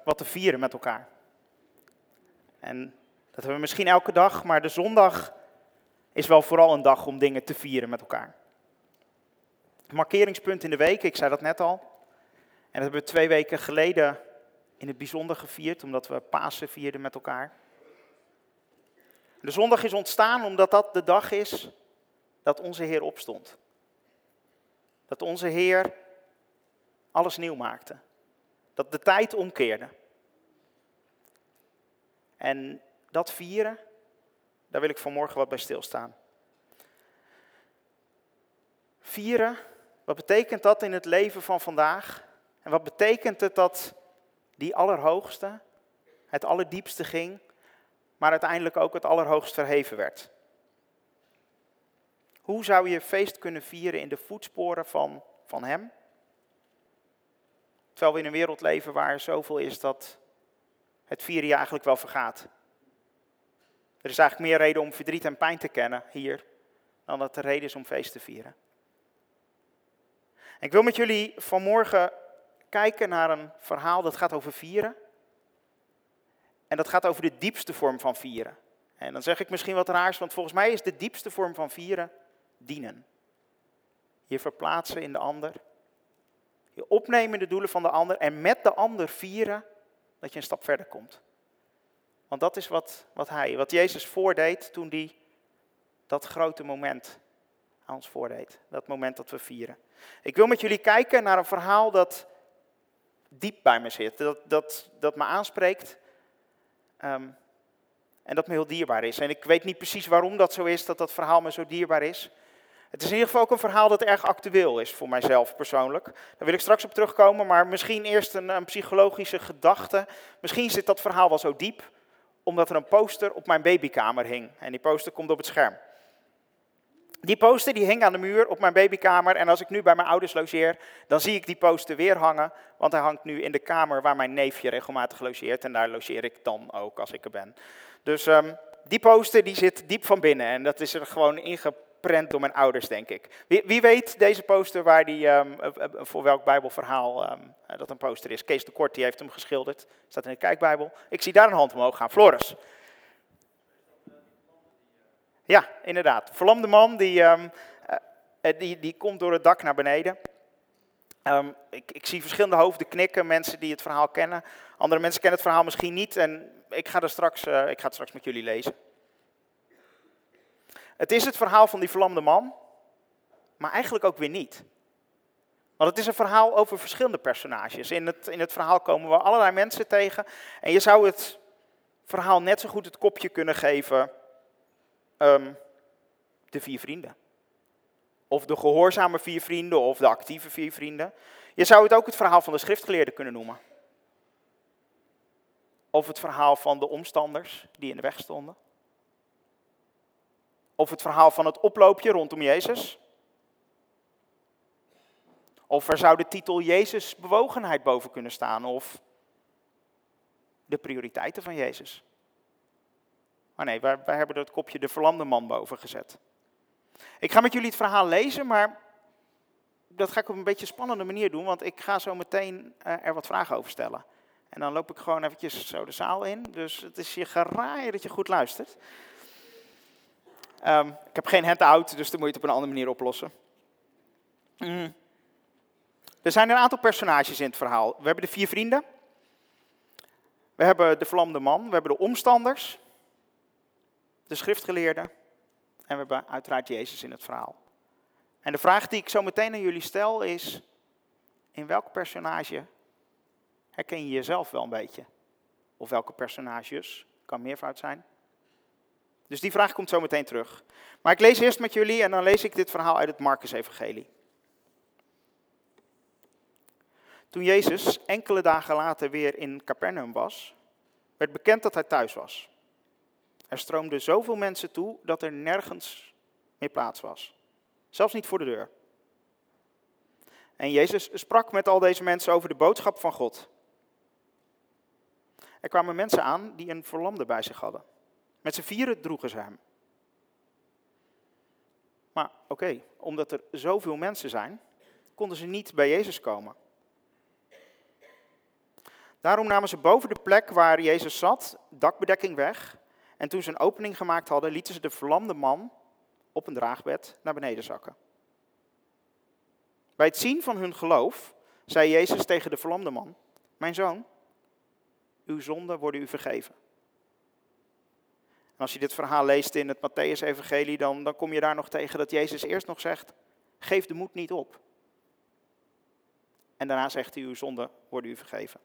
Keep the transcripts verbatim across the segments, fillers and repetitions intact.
wat te vieren met elkaar. En dat hebben we misschien elke dag, maar de zondag is wel vooral een dag om dingen te vieren met elkaar. Markeringspunt in de week, ik zei dat net al. En dat hebben we twee weken geleden in het bijzonder gevierd, omdat we Pasen vierden met elkaar. De zondag is ontstaan omdat dat de dag is dat onze Heer opstond. Dat onze Heer alles nieuw maakte. Dat de tijd omkeerde. En dat vieren, daar wil ik vanmorgen wat bij stilstaan. Vieren, wat betekent dat in het leven van vandaag? En wat betekent het dat die Allerhoogste, het allerdiepste ging, maar uiteindelijk ook het allerhoogst verheven werd? Hoe zou je feest kunnen vieren in de voetsporen van, van Hem? Terwijl we in een wereld leven waar er zoveel is dat het vieren je eigenlijk wel vergaat. Er is eigenlijk meer reden om verdriet en pijn te kennen hier, dan dat er reden is om feest te vieren. En ik wil met jullie vanmorgen kijken naar een verhaal dat gaat over vieren. En dat gaat over de diepste vorm van vieren. En dan zeg ik misschien wat raars, want volgens mij is de diepste vorm van vieren dienen. Je verplaatsen in de ander. Je opnemen in de doelen van de ander en met de ander vieren dat je een stap verder komt. Want dat is wat, wat hij, wat Jezus voordeed toen hij dat grote moment aan ons voordeed. Dat moment dat we vieren. Ik wil met jullie kijken naar een verhaal dat diep bij me zit. Dat, dat, dat me aanspreekt. Um, en dat me heel dierbaar is. En ik weet niet precies waarom dat zo is, dat dat verhaal me zo dierbaar is. Het is in ieder geval ook een verhaal dat erg actueel is voor mijzelf persoonlijk. Daar wil ik straks op terugkomen, maar misschien eerst een, een psychologische gedachte. Misschien zit dat verhaal wel zo diep, omdat er een poster op mijn babykamer hing. En die poster komt op het scherm. Die poster die hing aan de muur op mijn babykamer. En als ik nu bij mijn ouders logeer, dan zie ik die poster weer hangen. Want hij hangt nu in de kamer waar mijn neefje regelmatig logeert. En daar logeer ik dan ook als ik er ben. Dus um, die poster die zit diep van binnen. En dat is er gewoon ingeprent door mijn ouders, denk ik. Wie, wie weet deze poster waar die, um, voor welk bijbelverhaal um, dat een poster is. Kees de Kort die heeft hem geschilderd. Staat in de kijkbijbel. Ik zie daar een hand omhoog gaan. Floris. Ja, inderdaad. Verlamde man, die, um, uh, die, die komt door het dak naar beneden. Um, ik, ik zie verschillende hoofden knikken, mensen die het verhaal kennen. Andere mensen kennen het verhaal misschien niet en ik ga, er straks, uh, ik ga het straks met jullie lezen. Het is het verhaal van die verlamde man, maar eigenlijk ook weer niet. Want het is een verhaal over verschillende personages. In het, in het verhaal komen we allerlei mensen tegen. En je zou het verhaal net zo goed het kopje kunnen geven... Um, de vier vrienden. Of de gehoorzame vier vrienden, of de actieve vier vrienden. Je zou het ook het verhaal van de schriftgeleerden kunnen noemen. Of het verhaal van de omstanders die in de weg stonden. Of het verhaal van het oploopje rondom Jezus. Of er zou de titel Jezus bewogenheid boven kunnen staan. Of de prioriteiten van Jezus. Maar nee, wij, wij hebben er het kopje de verlamde man boven gezet. Ik ga met jullie het verhaal lezen, maar dat ga ik op een beetje spannende manier doen, want ik ga zo meteen uh, er wat vragen over stellen. En dan loop ik gewoon eventjes zo de zaal in, dus het is je geraaien dat je goed luistert. Um, ik heb geen hand-out, dus dan moet je het op een andere manier oplossen. Mm. Er zijn een aantal personages in het verhaal. We hebben de vier vrienden. We hebben de verlamde man, we hebben de omstanders. De schriftgeleerden en we hebben uiteraard Jezus in het verhaal. En de vraag die ik zo meteen aan jullie stel is, in welk personage herken je jezelf wel een beetje? Of welke personages, kan meervoud zijn. Dus die vraag komt zo meteen terug. Maar ik lees eerst met jullie en dan lees ik dit verhaal uit het Marcus-evangelie. Toen Jezus enkele dagen later weer in Capernaum was, werd bekend dat hij thuis was. Er stroomden zoveel mensen toe dat er nergens meer plaats was. Zelfs niet voor de deur. En Jezus sprak met al deze mensen over de boodschap van God. Er kwamen mensen aan die een verlamde bij zich hadden. Met z'n vieren droegen ze hem. Maar oké, okay, omdat er zoveel mensen zijn, konden ze niet bij Jezus komen. Daarom namen ze boven de plek waar Jezus zat, dakbedekking weg. En toen ze een opening gemaakt hadden, lieten ze de verlamde man op een draagbed naar beneden zakken. Bij het zien van hun geloof, zei Jezus tegen de verlamde man: mijn zoon, uw zonden worden u vergeven. En als je dit verhaal leest in het Mattheüs-evangelie, dan, dan kom je daar nog tegen dat Jezus eerst nog zegt: geef de moed niet op. En daarna zegt hij: uw zonden worden u vergeven.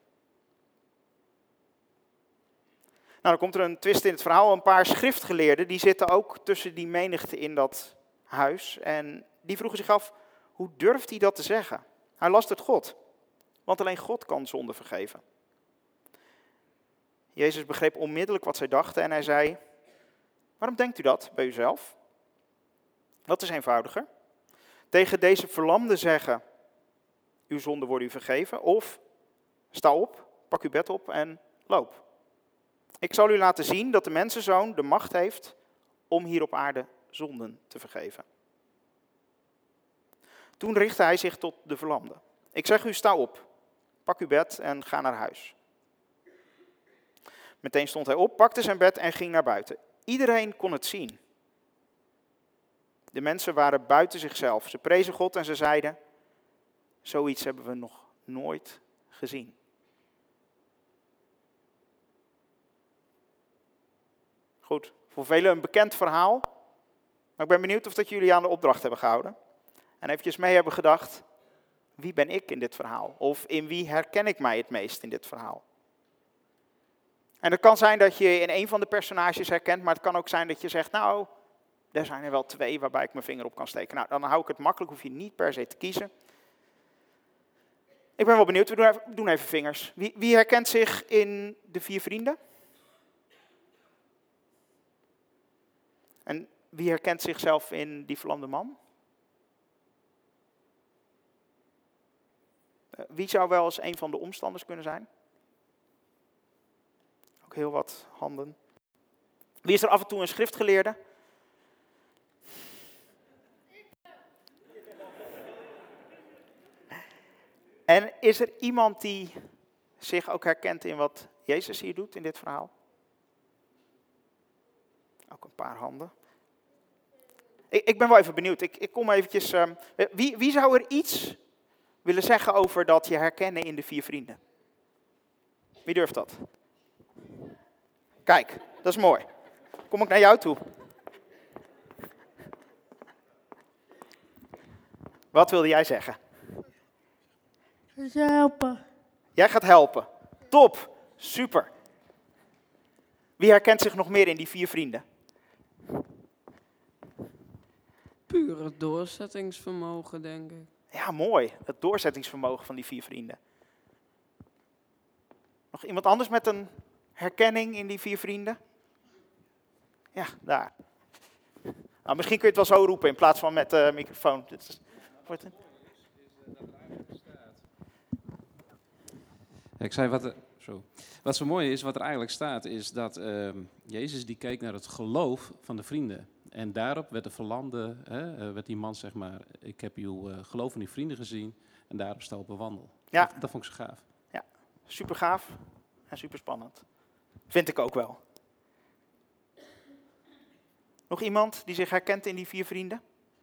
Nou, dan komt er een twist in het verhaal. Een paar schriftgeleerden, die zitten ook tussen die menigte in dat huis. En die vroegen zich af, hoe durft hij dat te zeggen? Hij lastert God, want alleen God kan zonde vergeven. Jezus begreep onmiddellijk wat zij dachten en hij zei: waarom denkt u dat bij uzelf? Wat is eenvoudiger? Tegen deze verlamde zeggen: uw zonden worden u vergeven. Of sta op, pak uw bed op en loop. Ik zal u laten zien dat de mensenzoon de macht heeft om hier op aarde zonden te vergeven. Toen richtte hij zich tot de verlamde. Ik zeg u, sta op, pak uw bed en ga naar huis. Meteen stond hij op, pakte zijn bed en ging naar buiten. Iedereen kon het zien. De mensen waren buiten zichzelf. Ze prezen God en ze zeiden: zoiets hebben we nog nooit gezien. Goed, voor velen een bekend verhaal. Maar ik ben benieuwd of dat jullie aan de opdracht hebben gehouden. En eventjes mee hebben gedacht: wie ben ik in dit verhaal? Of in wie herken ik mij het meest in dit verhaal? En het kan zijn dat je in een van de personages herkent, maar het kan ook zijn dat je zegt: nou, er zijn er wel twee waarbij ik mijn vinger op kan steken. Nou, dan hou ik het makkelijk, hoef je niet per se te kiezen. Ik ben wel benieuwd, we doen even, we doen even vingers. Wie, wie herkent zich in de vier vrienden? En wie herkent zichzelf in die verlamde man? Wie zou wel eens een van de omstanders kunnen zijn? Ook heel wat handen. Wie is er af en toe een schriftgeleerde? En is er iemand die zich ook herkent in wat Jezus hier doet in dit verhaal? Ook een paar handen. Ik, ik ben wel even benieuwd. Ik, ik kom eventjes. Um, wie, wie zou er iets willen zeggen over dat je herkennen in de vier vrienden? Wie durft dat? Kijk, dat is mooi. Kom ik naar jou toe. Wat wilde jij zeggen? Ik ga helpen. Jij gaat helpen. Top, super. Wie herkent zich nog meer in die vier vrienden? Puur het doorzettingsvermogen, denk ik. Ja, mooi. Het doorzettingsvermogen van die vier vrienden. Nog iemand anders met een herkenning in die vier vrienden? Ja, daar. Nou, misschien kun je het wel zo roepen in plaats van met de uh, microfoon. Dit is, wordt het... Ik zei wat, er, zo. Wat zo mooi is, wat er eigenlijk staat, is dat uh, Jezus die keek naar het geloof van de vrienden. En daarop werd de verlamde, hè, uh, werd die man zeg maar, ik heb uw uh, geloof van die vrienden gezien en daarop sta op een wandel. Ja. Dat, dat vond ik zo gaaf. Ja, super gaaf en super spannend. Vind ik ook wel. Nog iemand die zich herkent in die vier vrienden?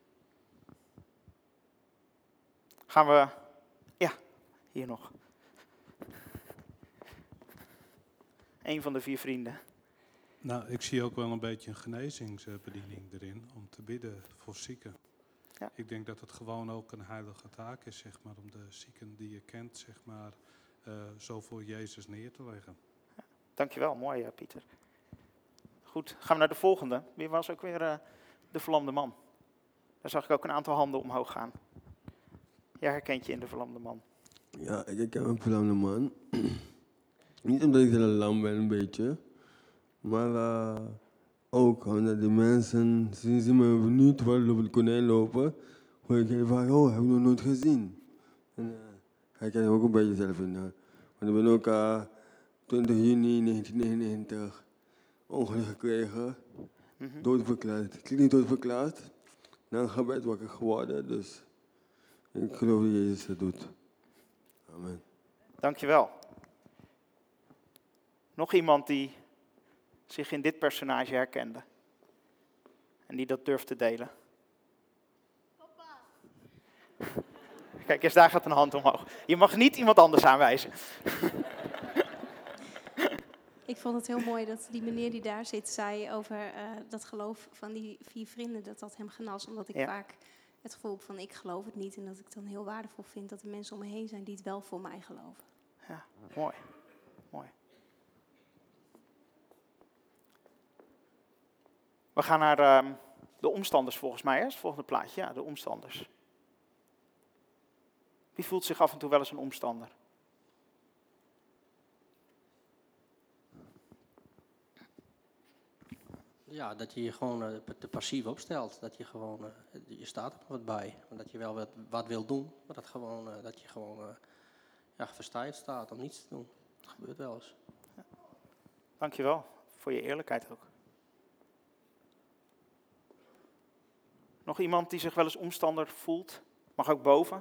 Gaan we, ja, hier nog. Eén van de vier vrienden. Nou, ik zie ook wel een beetje een genezingsbediening erin om te bidden voor zieken. Ja. Ik denk dat het gewoon ook een heilige taak is, zeg maar, om de zieken die je kent, zeg maar, uh, zo voor Jezus neer te leggen. Ja, dankjewel, mooi uh, Pieter. Goed, gaan we naar de volgende. Wie was ook weer uh, de verlamde man? Daar zag ik ook een aantal handen omhoog gaan. Jij herkent je in de verlamde man. Ja, ik ken een verlamde man. Niet omdat ik heel lam ben, een beetje. Maar uh, ook omdat de mensen, zien ze me niet waar op het konijn lopen, hoor ik heel vaak: oh, heb ik nog nooit gezien. En uh, hij kent ook een beetje zelf in. Uh, want ik ben ook uh, twintig juni negentien negenennegentig ongeluk gekregen. Mm-hmm. Doodverklaard. Ik niet doodverklaard. Na een gebed wakker geworden, dus ik geloof dat Jezus het doet. Amen. Dankjewel. Nog iemand die zich in dit personage herkende. En die dat durft te delen. Kijk, eens daar gaat een hand omhoog. Je mag niet iemand anders aanwijzen. Ik vond het heel mooi dat die meneer die daar zit zei over uh, dat geloof van die vier vrienden, dat dat hem genas. Omdat ik Ja. vaak het gevoel heb van ik geloof het niet. En dat ik het dan heel waardevol vind dat er mensen om me heen zijn die het wel voor mij geloven. Ja, mooi. Mooi. We gaan naar uh, de omstanders volgens mij, hè? Het volgende plaatje. Ja, de omstanders. Wie voelt zich af en toe wel eens een omstander? Ja, dat je je gewoon uh, te passief opstelt. Dat je gewoon, uh, je staat er wat bij. Dat je wel wat, wat wil doen, maar dat, gewoon, uh, dat je gewoon uh, ja, verstaaid staat om niets te doen. Dat gebeurt wel eens. Ja. Dankjewel voor je eerlijkheid ook. Nog iemand die zich wel eens omstander voelt? Mag ook boven.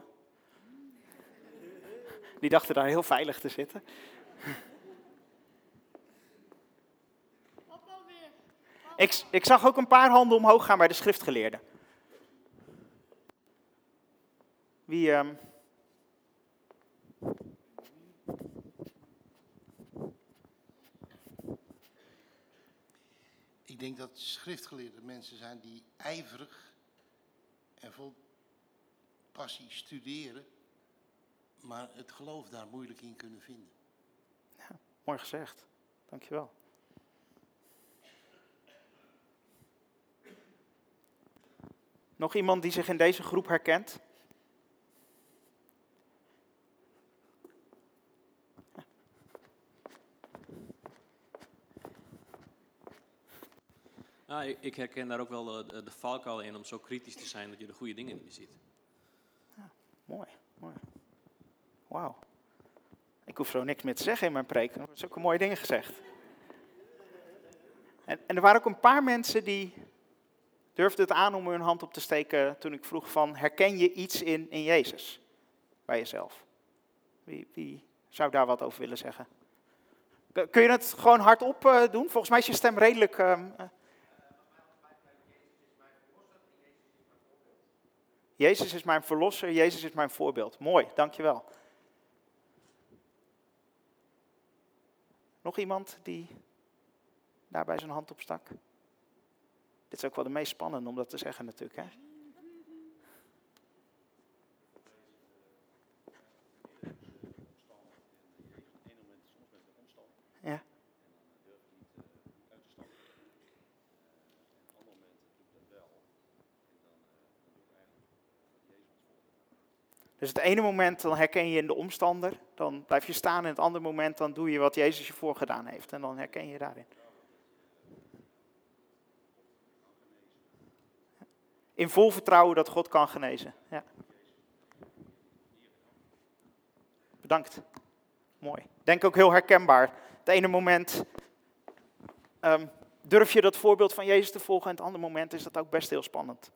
Die dachten daar heel veilig te zitten. Ik, ik zag ook een paar handen omhoog gaan bij de schriftgeleerden. Wie... Um... Ik denk dat schriftgeleerde mensen zijn die ijverig en vol passie studeren, maar het geloof daar moeilijk in kunnen vinden. Ja, mooi gezegd. Dankjewel. Nog iemand die zich in deze groep herkent? Nou, ik, ik herken daar ook wel de, de valkuil in om zo kritisch te zijn dat je de goede dingen niet ziet. Ja, mooi, mooi. Wauw. Ik hoef zo niks meer te zeggen in mijn preek. Er zijn zulke mooie dingen gezegd. En, en er waren ook een paar mensen die durfden het aan om hun hand op te steken toen ik vroeg van, herken je iets in, in Jezus bij jezelf? Wie, wie zou daar wat over willen zeggen? Kun je het gewoon hardop uh, doen? Volgens mij is je stem redelijk... Uh, uh. Jezus is mijn verlosser, Jezus is mijn voorbeeld. Mooi, dankjewel. Nog iemand die daarbij zijn hand opstak? Dit is ook wel de meest spannende om dat te zeggen natuurlijk, hè? Ja. Dus het ene moment dan herken je in de omstander, dan blijf je staan. En het andere moment dan doe je wat Jezus je voorgedaan heeft. En dan herken je daarin. In vol vertrouwen dat God kan genezen. Ja. Bedankt. Mooi. Denk ook heel herkenbaar. Het ene moment um, durf je dat voorbeeld van Jezus te volgen. En het andere moment is dat ook best heel spannend.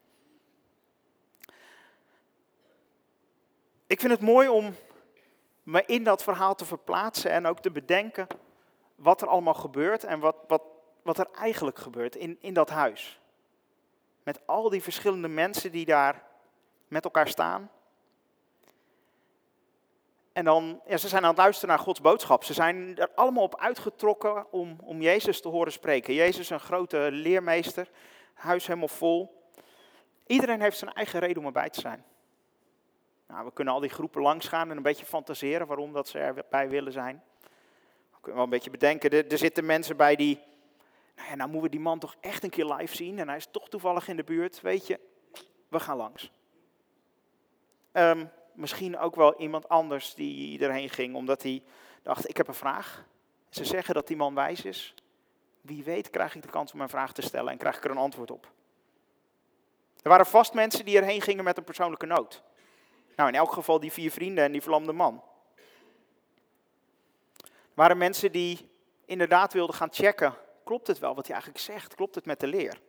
Ik vind het mooi om me in dat verhaal te verplaatsen en ook te bedenken wat er allemaal gebeurt en wat, wat, wat er eigenlijk gebeurt in, in dat huis. Met al die verschillende mensen die daar met elkaar staan. En dan, ja, ze zijn aan het luisteren naar Gods boodschap. Ze zijn er allemaal op uitgetrokken om, om Jezus te horen spreken. Jezus, een grote leermeester, huis helemaal vol. Iedereen heeft zijn eigen reden om erbij te zijn. Nou, we kunnen al die groepen langs gaan en een beetje fantaseren waarom dat ze erbij willen zijn. We kunnen wel een beetje bedenken, er, er zitten mensen bij die... Nou ja, nou moeten we die man toch echt een keer live zien en hij is toch toevallig in de buurt. Weet je, we gaan langs. Um, misschien ook wel iemand anders die erheen ging omdat hij dacht, ik heb een vraag. Ze zeggen dat die man wijs is. Wie weet krijg ik de kans om mijn vraag te stellen en krijg ik er een antwoord op. Er waren vast mensen die erheen gingen met een persoonlijke nood. Nou, in elk geval die vier vrienden en die verlamde man. Er waren mensen die inderdaad wilden gaan checken. Klopt het wel wat hij eigenlijk zegt? Klopt het met de leer?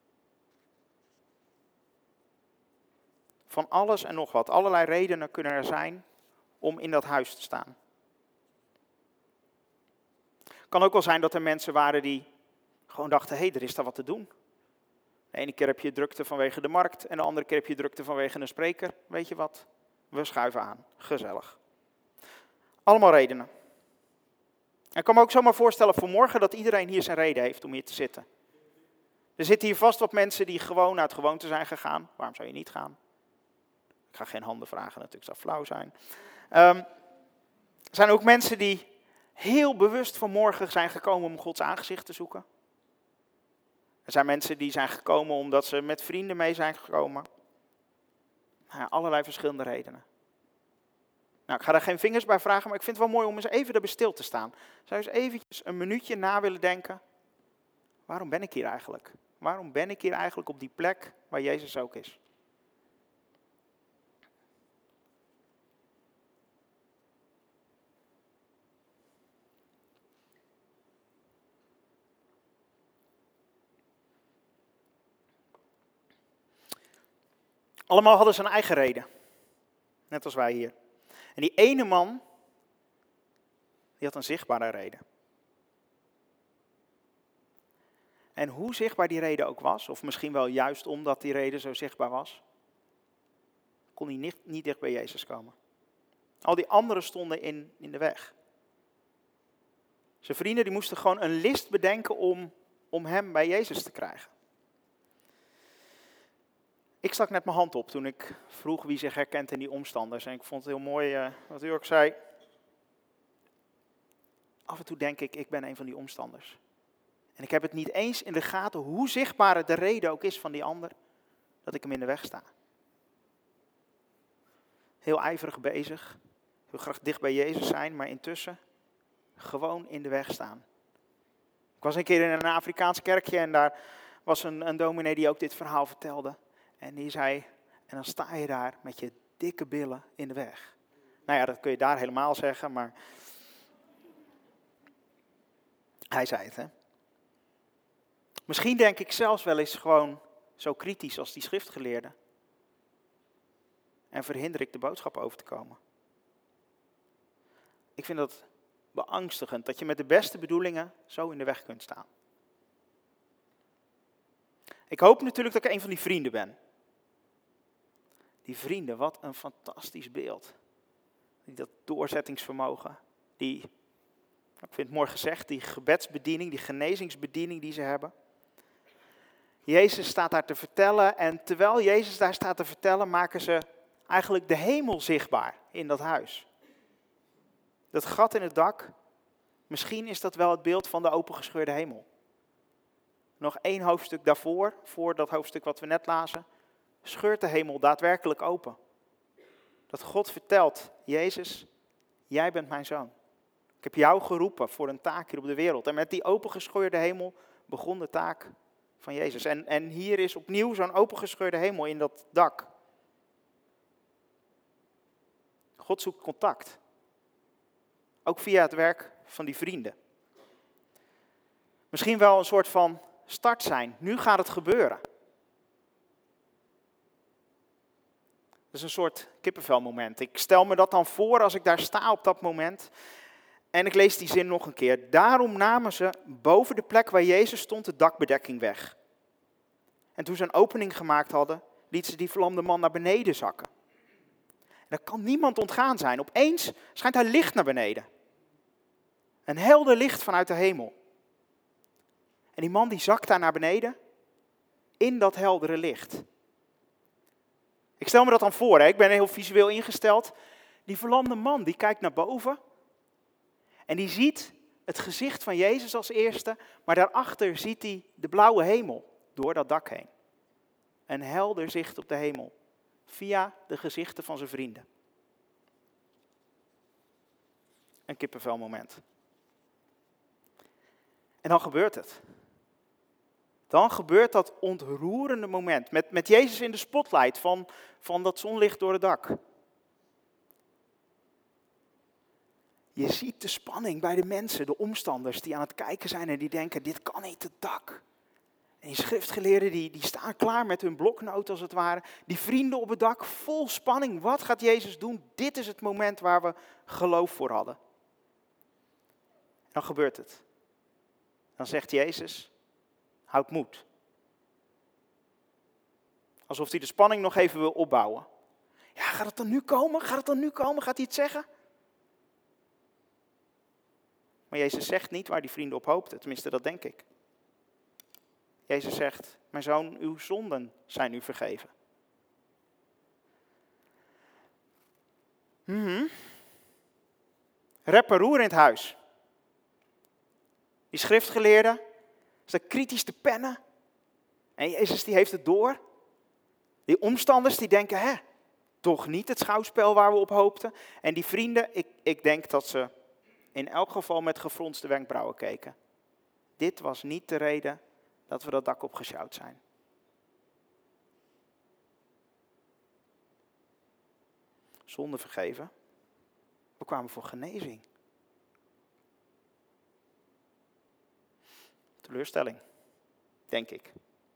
Van alles en nog wat. Allerlei redenen kunnen er zijn om in dat huis te staan. Het kan ook wel zijn dat er mensen waren die gewoon dachten, hé, hey, er is daar wat te doen. De ene keer heb je drukte vanwege de markt en de andere keer heb je drukte vanwege een spreker. Weet je wat? We schuiven aan. Gezellig. Allemaal redenen. Ik kan me ook zomaar voorstellen voor morgen dat iedereen hier zijn reden heeft om hier te zitten. Er zitten hier vast wat mensen die gewoon uit gewoonte zijn gegaan. Waarom zou je niet gaan? Ik ga geen handen vragen, natuurlijk zou flauw zijn. Um, er zijn ook mensen die heel bewust vanmorgen zijn gekomen om Gods aangezicht te zoeken. Er zijn mensen die zijn gekomen omdat ze met vrienden mee zijn gekomen. Nou ja, allerlei verschillende redenen. Nou, ik ga daar geen vingers bij vragen, maar ik vind het wel mooi om eens even erbij stil te staan. Zou je eens eventjes een minuutje na willen denken, waarom ben ik hier eigenlijk? Waarom ben ik hier eigenlijk op die plek waar Jezus ook is? Allemaal hadden ze een eigen reden. Net als wij hier. En die ene man, die had een zichtbare reden. En hoe zichtbaar die reden ook was, of misschien wel juist omdat die reden zo zichtbaar was, kon hij niet, niet dicht bij Jezus komen. Al die anderen stonden in, in de weg. Zijn vrienden die moesten gewoon een list bedenken om, om hem bij Jezus te krijgen. Ik stak net mijn hand op toen ik vroeg wie zich herkent in die omstanders. En ik vond het heel mooi uh, wat u ook zei. Af en toe denk ik, ik ben een van die omstanders. En ik heb het niet eens in de gaten hoe zichtbaar de reden ook is van die ander, dat ik hem in de weg sta. Heel ijverig bezig, heel graag dicht bij Jezus zijn, maar intussen gewoon in de weg staan. Ik was een keer in een Afrikaans kerkje en daar was een, een dominee die ook dit verhaal vertelde. En die zei, en dan sta je daar met je dikke billen in de weg. Nou ja, dat kun je daar helemaal zeggen, maar hij zei het, hè. Misschien denk ik zelfs wel eens gewoon zo kritisch als die schriftgeleerden. En verhinder ik de boodschap over te komen. Ik vind dat beangstigend, dat je met de beste bedoelingen zo in de weg kunt staan. Ik hoop natuurlijk dat ik een van die vrienden ben. Die vrienden, wat een fantastisch beeld. Die dat doorzettingsvermogen, die, ik vind het mooi gezegd, die gebedsbediening, die genezingsbediening die ze hebben. Jezus staat daar te vertellen en terwijl Jezus daar staat te vertellen, maken ze eigenlijk de hemel zichtbaar in dat huis. Dat gat in het dak, misschien is dat wel het beeld van de opengescheurde hemel. Nog één hoofdstuk daarvoor, voor dat hoofdstuk wat we net lazen, scheurt de hemel daadwerkelijk open. Dat God vertelt, Jezus, jij bent mijn zoon. Ik heb jou geroepen voor een taak hier op de wereld. En met die opengescheurde hemel begon de taak van Jezus. En, en hier is opnieuw zo'n opengescheurde hemel in dat dak. God zoekt contact. Ook via het werk van die vrienden. Misschien wel een soort van start zijn. Nu gaat het gebeuren. Dat is een soort kippenvelmoment. Ik stel me dat dan voor als ik daar sta op dat moment. En ik lees die zin nog een keer. Daarom namen ze boven de plek waar Jezus stond de dakbedekking weg. En toen ze een opening gemaakt hadden, lieten ze die verlamde man naar beneden zakken. En dat kan niemand ontgaan zijn. Opeens schijnt hij licht naar beneden. Een helder licht vanuit de hemel. En die man die zakt daar naar beneden in dat heldere licht. Ik stel me dat dan voor, hè? Ik ben heel visueel ingesteld. Die verlamde man die kijkt naar boven en die ziet het gezicht van Jezus als eerste, maar daarachter ziet hij de blauwe hemel door dat dak heen. Een helder zicht op de hemel via de gezichten van zijn vrienden. Een kippenvelmoment. En dan gebeurt het. Dan gebeurt dat ontroerende moment. Met, met Jezus in de spotlight van, van dat zonlicht door het dak. Je ziet de spanning bij de mensen, de omstanders die aan het kijken zijn en die denken, dit kan niet, het dak. En die schriftgeleerden die, die staan klaar met hun bloknoot als het ware. Die vrienden op het dak, vol spanning. Wat gaat Jezus doen? Dit is het moment waar we geloof voor hadden. En dan gebeurt het. dan zegt Jezus, houd moed. Alsof hij de spanning nog even wil opbouwen. Ja, gaat het dan nu komen? Gaat het dan nu komen? Gaat hij het zeggen? Maar Jezus zegt niet waar die vrienden op hoopten, tenminste dat denk ik. Jezus zegt, mijn zoon, uw zonden zijn u vergeven. Mm-hmm. Rep en roer in het huis. Die schriftgeleerden, ze kritisch te pennen. En Jezus die heeft het door. Die omstanders die denken, hè, toch niet het schouwspel waar we op hoopten. En die vrienden, ik, ik denk dat ze in elk geval met gefronste wenkbrauwen keken. Dit was niet de reden dat we dat dak opgesjouwd zijn. Zonde vergeven. We kwamen voor genezing. Teleurstelling, denk ik.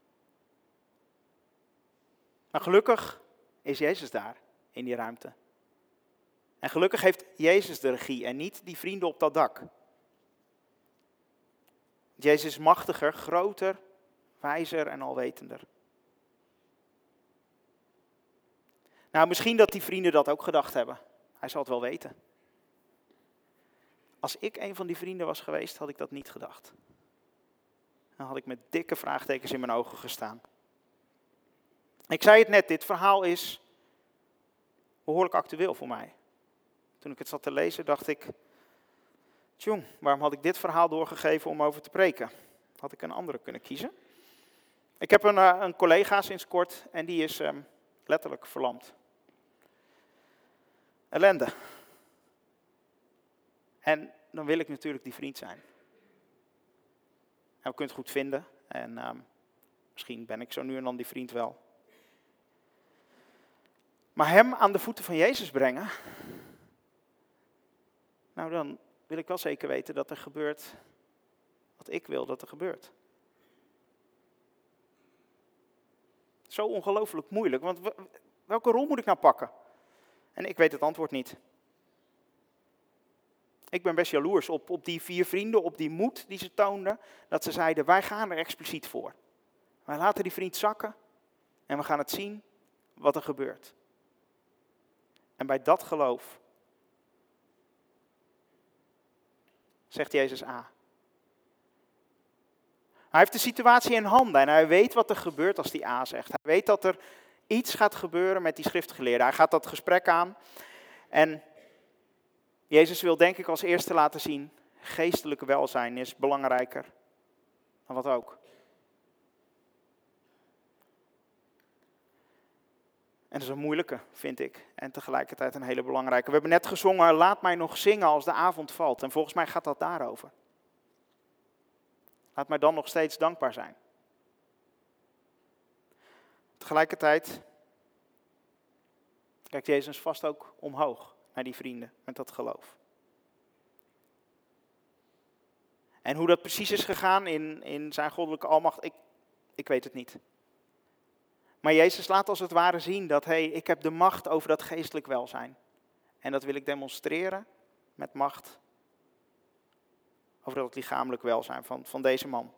Maar gelukkig is Jezus daar, in die ruimte. En gelukkig heeft Jezus de regie en niet die vrienden op dat dak. Jezus is machtiger, groter, wijzer en alwetender. Nou, misschien dat die vrienden dat ook gedacht hebben. Hij zal het wel weten. Als ik een van die vrienden was geweest, had ik dat niet gedacht. Dan had ik met dikke vraagtekens in mijn ogen gestaan. Ik zei het net, dit verhaal is behoorlijk actueel voor mij. Toen ik het zat te lezen, dacht ik, tjong, waarom had ik dit verhaal doorgegeven om over te preken? Had ik een andere kunnen kiezen? Ik heb een, uh, een collega sinds kort en die is um, letterlijk verlamd. Ellende. En dan wil ik natuurlijk die vriend zijn. En we kunnen het goed vinden en um, misschien ben ik zo nu en dan die vriend wel. Maar hem aan de voeten van Jezus brengen, nou dan wil ik wel zeker weten dat er gebeurt wat ik wil dat er gebeurt. Zo ongelooflijk moeilijk, want welke rol moet ik nou pakken? En ik weet het antwoord niet. Ik ben best jaloers op, op die vier vrienden, op die moed die ze toonden, dat ze zeiden, wij gaan er expliciet voor. Wij laten die vriend zakken en we gaan het zien wat er gebeurt. En bij dat geloof zegt Jezus A. Hij heeft de situatie in handen en hij weet wat er gebeurt als hij A zegt. Hij weet dat er iets gaat gebeuren met die schriftgeleerden. Hij gaat dat gesprek aan en Jezus wil denk ik als eerste laten zien, geestelijke welzijn is belangrijker dan wat ook. En dat is een moeilijke, vind ik. En tegelijkertijd een hele belangrijke. We hebben net gezongen, laat mij nog zingen als de avond valt. En volgens mij gaat dat daarover. Laat mij dan nog steeds dankbaar zijn. Tegelijkertijd kijkt Jezus vast ook omhoog naar die vrienden met dat geloof. En hoe dat precies is gegaan in, in zijn goddelijke almacht, ik, ik weet het niet. Maar Jezus laat als het ware zien dat, hé, hey, ik heb de macht over dat geestelijk welzijn. En dat wil ik demonstreren met macht over dat lichamelijk welzijn van, van deze man.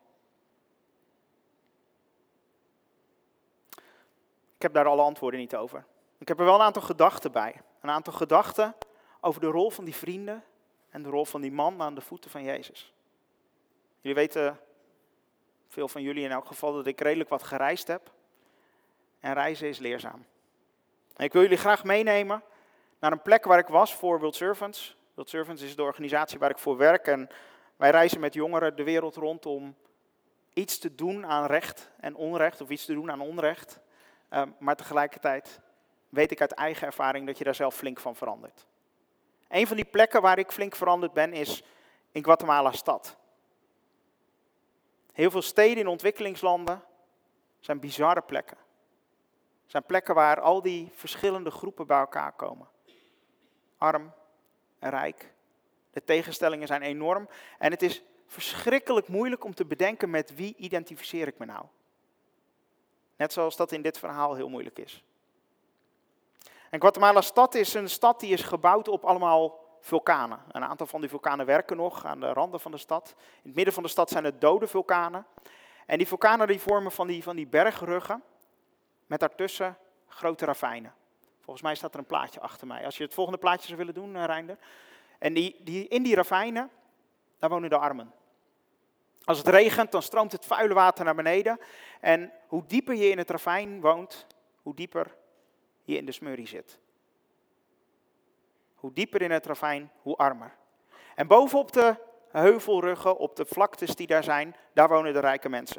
Ik heb daar alle antwoorden niet over. Ik heb er wel een aantal gedachten bij. Een aantal gedachten over de rol van die vrienden en de rol van die man aan de voeten van Jezus. Jullie weten, veel van jullie in elk geval, dat ik redelijk wat gereisd heb. En reizen is leerzaam. En ik wil jullie graag meenemen naar een plek waar ik was voor World Servants. World Servants is de organisatie waar ik voor werk. En wij reizen met jongeren de wereld rond om iets te doen aan recht en onrecht. Of iets te doen aan onrecht. Um, maar tegelijkertijd weet ik uit eigen ervaring dat je daar zelf flink van verandert. Een van die plekken waar ik flink veranderd ben is in Guatemala stad. Heel veel steden in ontwikkelingslanden zijn bizarre plekken. Het zijn plekken waar al die verschillende groepen bij elkaar komen. Arm en rijk. De tegenstellingen zijn enorm. En het is verschrikkelijk moeilijk om te bedenken met wie identificeer ik me nou. Net zoals dat in dit verhaal heel moeilijk is. En Guatemala stad is een stad die is gebouwd op allemaal vulkanen. Een aantal van die vulkanen werken nog aan de randen van de stad. In het midden van de stad zijn het dode vulkanen. En die vulkanen die vormen van die, van die bergruggen met daartussen grote ravijnen. Volgens mij staat er een plaatje achter mij. Als je het volgende plaatje zou willen doen, uh, Reinder. En die, die, in die ravijnen, daar wonen de armen. Als het regent, dan stroomt het vuile water naar beneden. En hoe dieper je in het ravijn woont, hoe dieper je in de smurrie zit. Hoe dieper in het ravijn, hoe armer. En bovenop de heuvelruggen, op de vlaktes die daar zijn, daar wonen de rijke mensen.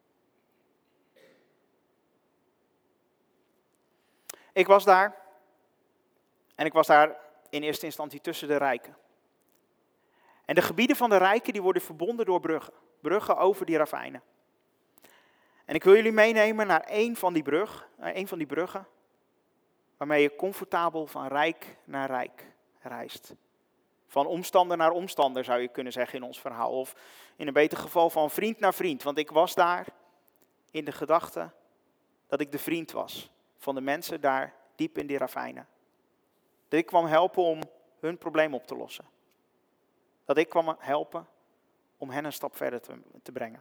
Ik was daar. En ik was daar in eerste instantie tussen de rijken. En de gebieden van de rijken die worden verbonden door bruggen. Bruggen over die ravijnen. En ik wil jullie meenemen naar één van die, brug, naar één van die bruggen. Waarmee je comfortabel van rijk naar rijk reist. Van omstander naar omstander zou je kunnen zeggen in ons verhaal. Of in een beter geval van vriend naar vriend. Want ik was daar in de gedachte dat ik de vriend was. Van de mensen daar diep in die ravijnen. Dat ik kwam helpen om hun probleem op te lossen. Dat ik kwam helpen om hen een stap verder te, te brengen.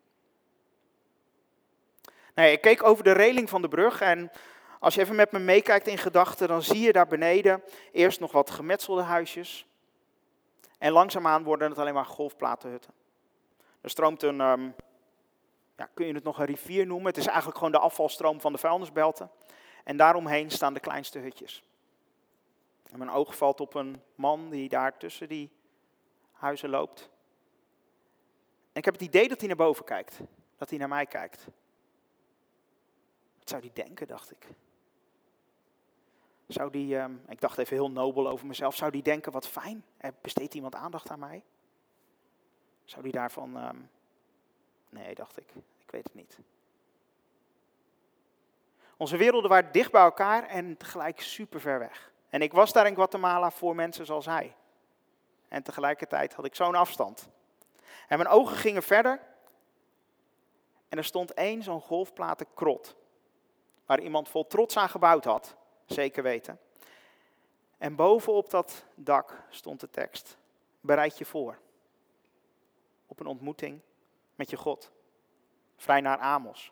Nee, ik keek over de reling van de brug en als je even met me meekijkt in gedachten, dan zie je daar beneden eerst nog wat gemetselde huisjes. En langzaamaan worden het alleen maar golfplatenhutten. Er stroomt een, um, ja, kun je het nog een rivier noemen? Het is eigenlijk gewoon de afvalstroom van de vuilnisbelten. En daaromheen staan de kleinste hutjes. En mijn oog valt op een man die daar tussen die huizen loopt. En ik heb het idee dat hij naar boven kijkt. Dat hij naar mij kijkt. Wat zou die denken, dacht ik. Zou die, um, ik dacht even heel nobel over mezelf. Zou die denken, wat fijn, er besteedt iemand aandacht aan mij? Zou die daarvan, um, nee, dacht ik, ik weet het niet. Onze werelden waren dicht bij elkaar en tegelijk super ver weg. En ik was daar in Guatemala voor mensen zoals hij. En tegelijkertijd had ik zo'n afstand. En mijn ogen gingen verder. En er stond één zo'n golfplaten krot. Waar iemand vol trots aan gebouwd had. Zeker weten. En bovenop dat dak stond de tekst. Bereid je voor. Op een ontmoeting met je God. Vrij naar Amos.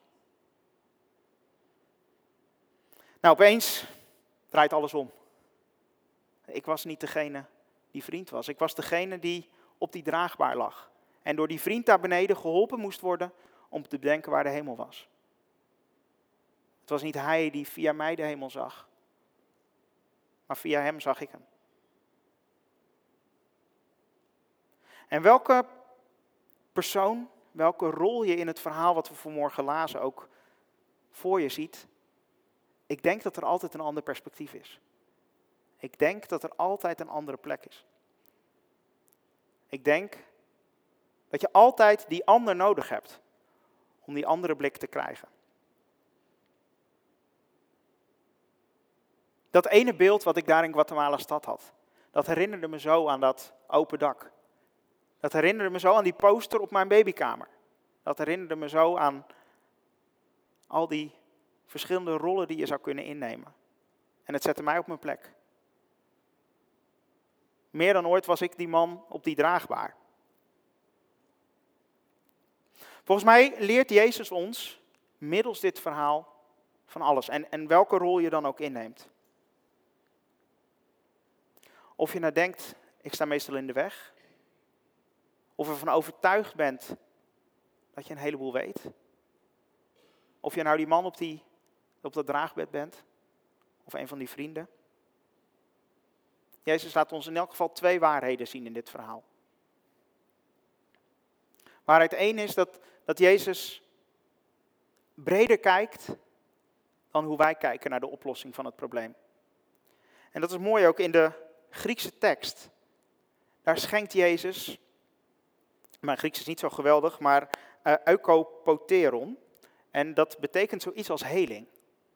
Nou, opeens draait alles om. Ik was niet degene die vriend was. Ik was degene die op die draagbaar lag. En door die vriend daar beneden geholpen moest worden om te bedenken waar de hemel was. Het was niet hij die via mij de hemel zag. Maar via hem zag ik hem. En welke persoon, welke rol je in het verhaal wat we vanmorgen lazen ook voor je ziet. Ik denk dat er altijd een ander perspectief is. Ik denk dat er altijd een andere plek is. Ik denk dat je altijd die ander nodig hebt om die andere blik te krijgen. Dat ene beeld wat ik daar in Guatemala stad had, dat herinnerde me zo aan dat open dak. Dat herinnerde me zo aan die poster op mijn babykamer. Dat herinnerde me zo aan al die verschillende rollen die je zou kunnen innemen. En het zette mij op mijn plek. Meer dan ooit was ik die man op die draagbaar. Volgens mij leert Jezus ons, middels dit verhaal, van alles. En, en welke rol je dan ook inneemt. Of je nou denkt, ik sta meestal in de weg. Of ervan overtuigd bent dat je een heleboel weet. Of je nou die man op, die, op dat draagbed bent. Of een van die vrienden. Jezus laat ons in elk geval twee waarheden zien in dit verhaal. Waarheid één is dat, dat Jezus breder kijkt dan hoe wij kijken naar de oplossing van het probleem. En dat is mooi ook in de Griekse tekst. Daar schenkt Jezus, mijn Grieks is niet zo geweldig, maar uh, eukopoteron. En dat betekent zoiets als heling.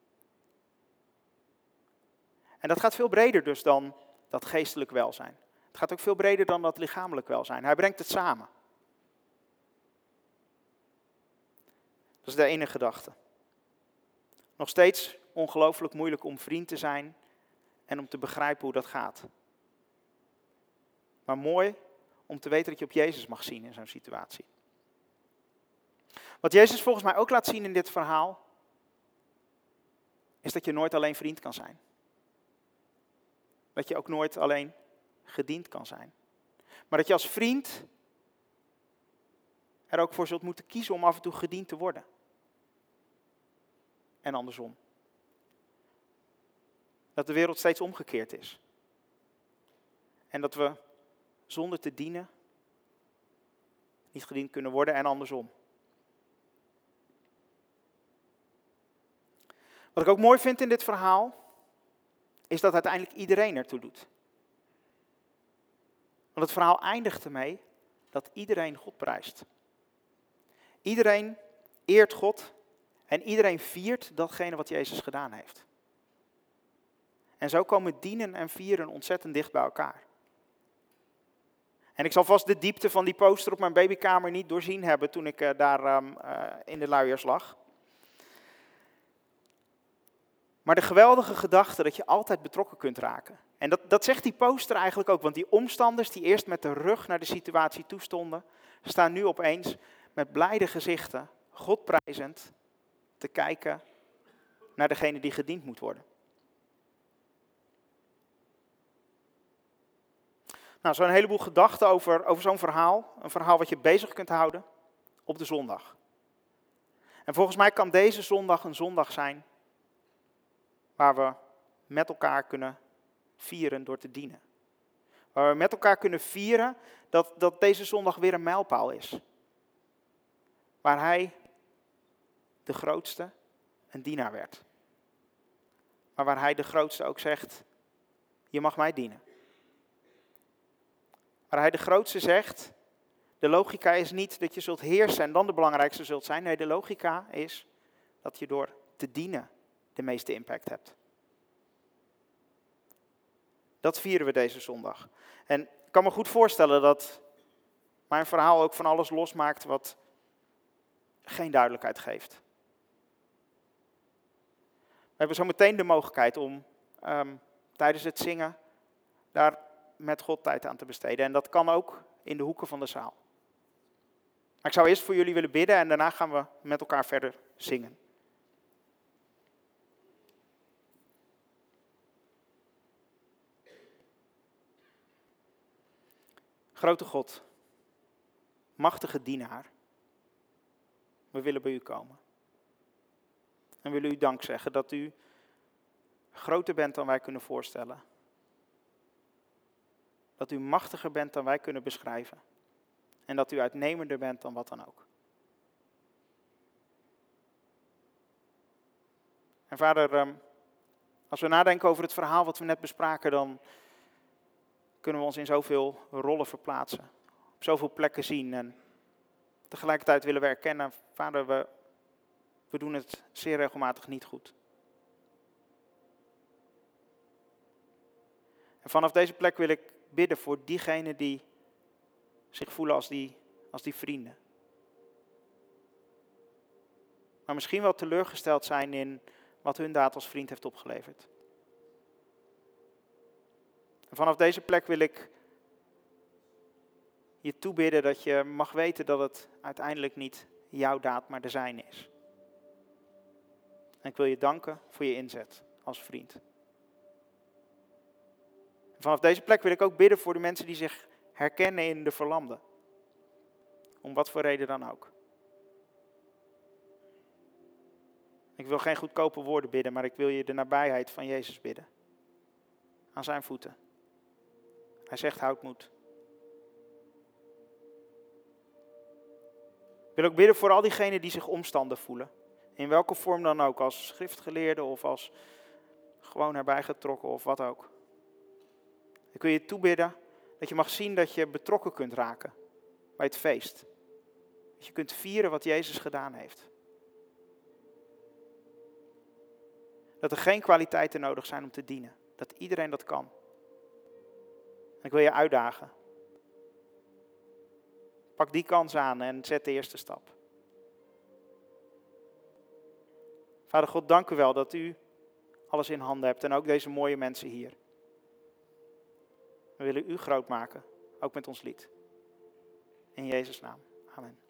En dat gaat veel breder dus dan dat geestelijk welzijn. Het gaat ook veel breder dan dat lichamelijk welzijn. Hij brengt het samen. Dat is de ene gedachte. Nog steeds ongelooflijk moeilijk om vriend te zijn en om te begrijpen hoe dat gaat. Maar mooi om te weten dat je op Jezus mag zien in zo'n situatie. Wat Jezus volgens mij ook laat zien in dit verhaal, is dat je nooit alleen vriend kan zijn. Dat je ook nooit alleen gediend kan zijn. Maar dat je als vriend er ook voor zult moeten kiezen om af en toe gediend te worden. En andersom. Dat de wereld steeds omgekeerd is. En dat we zonder te dienen niet gediend kunnen worden en andersom. Wat ik ook mooi vind in dit verhaal, is dat uiteindelijk iedereen ertoe doet. Want het verhaal eindigt ermee dat iedereen God prijst. Iedereen eert God en iedereen viert datgene wat Jezus gedaan heeft. En zo komen dienen en vieren ontzettend dicht bij elkaar. En ik zal vast de diepte van die poster op mijn babykamer niet doorzien hebben toen ik uh, daar um, uh, in de luiers lag. Maar de geweldige gedachte dat je altijd betrokken kunt raken. En dat, dat zegt die poster eigenlijk ook, want die omstanders die eerst met de rug naar de situatie toestonden, staan nu opeens met blijde gezichten, God prijzend, te kijken naar degene die gediend moet worden. Nou, zo'n heleboel gedachten over, over zo'n verhaal. Een verhaal wat je bezig kunt houden op de zondag. En volgens mij kan deze zondag een zondag zijn waar we met elkaar kunnen vieren door te dienen. Waar we met elkaar kunnen vieren dat, dat deze zondag weer een mijlpaal is. Waar hij, de grootste, een dienaar werd. Maar waar hij, de grootste, ook zegt, je mag mij dienen. Waar hij, de grootste, zegt, de logica is niet dat je zult heersen en dan de belangrijkste zult zijn. Nee, de logica is dat je door te dienen de meeste impact hebt. Dat vieren we deze zondag. En ik kan me goed voorstellen dat mijn verhaal ook van alles losmaakt wat geen duidelijkheid geeft. We hebben zo meteen de mogelijkheid om um, tijdens het zingen daar met God tijd aan te besteden. En dat kan ook in de hoeken van de zaal. Maar ik zou eerst voor jullie willen bidden en daarna gaan we met elkaar verder zingen. Grote God, machtige dienaar, we willen bij u komen. En willen u dank zeggen dat u groter bent dan wij kunnen voorstellen. Dat u machtiger bent dan wij kunnen beschrijven. En dat u uitnemender bent dan wat dan ook. En vader, als we nadenken over het verhaal wat we net bespraken, dan kunnen we ons in zoveel rollen verplaatsen. Op zoveel plekken zien. En tegelijkertijd willen we erkennen, vader, we, we doen het zeer regelmatig niet goed. En vanaf deze plek wil ik bidden voor diegenen die zich voelen als die, als die vrienden. Maar misschien wel teleurgesteld zijn in wat hun daad als vriend heeft opgeleverd. En vanaf deze plek wil ik je toebidden dat je mag weten dat het uiteindelijk niet jouw daad, maar de zijne is. En ik wil je danken voor je inzet als vriend. En vanaf deze plek wil ik ook bidden voor de mensen die zich herkennen in de verlamden. Om wat voor reden dan ook. Ik wil geen goedkope woorden bidden, maar ik wil je de nabijheid van Jezus bidden. Aan zijn voeten. Hij zegt, houd moed. Ik wil ook bidden voor al diegenen die zich omstandig voelen. In welke vorm dan ook, als schriftgeleerde of als gewoon erbij getrokken of wat ook. Ik wil je toebidden dat je mag zien dat je betrokken kunt raken bij het feest. Dat je kunt vieren wat Jezus gedaan heeft. Dat er geen kwaliteiten nodig zijn om te dienen. Dat iedereen dat kan. En ik wil je uitdagen. Pak die kans aan en zet de eerste stap. Vader God, dank u wel dat u alles in handen hebt en ook deze mooie mensen hier. We willen u groot maken ook met ons lied. In Jezus' naam. Amen.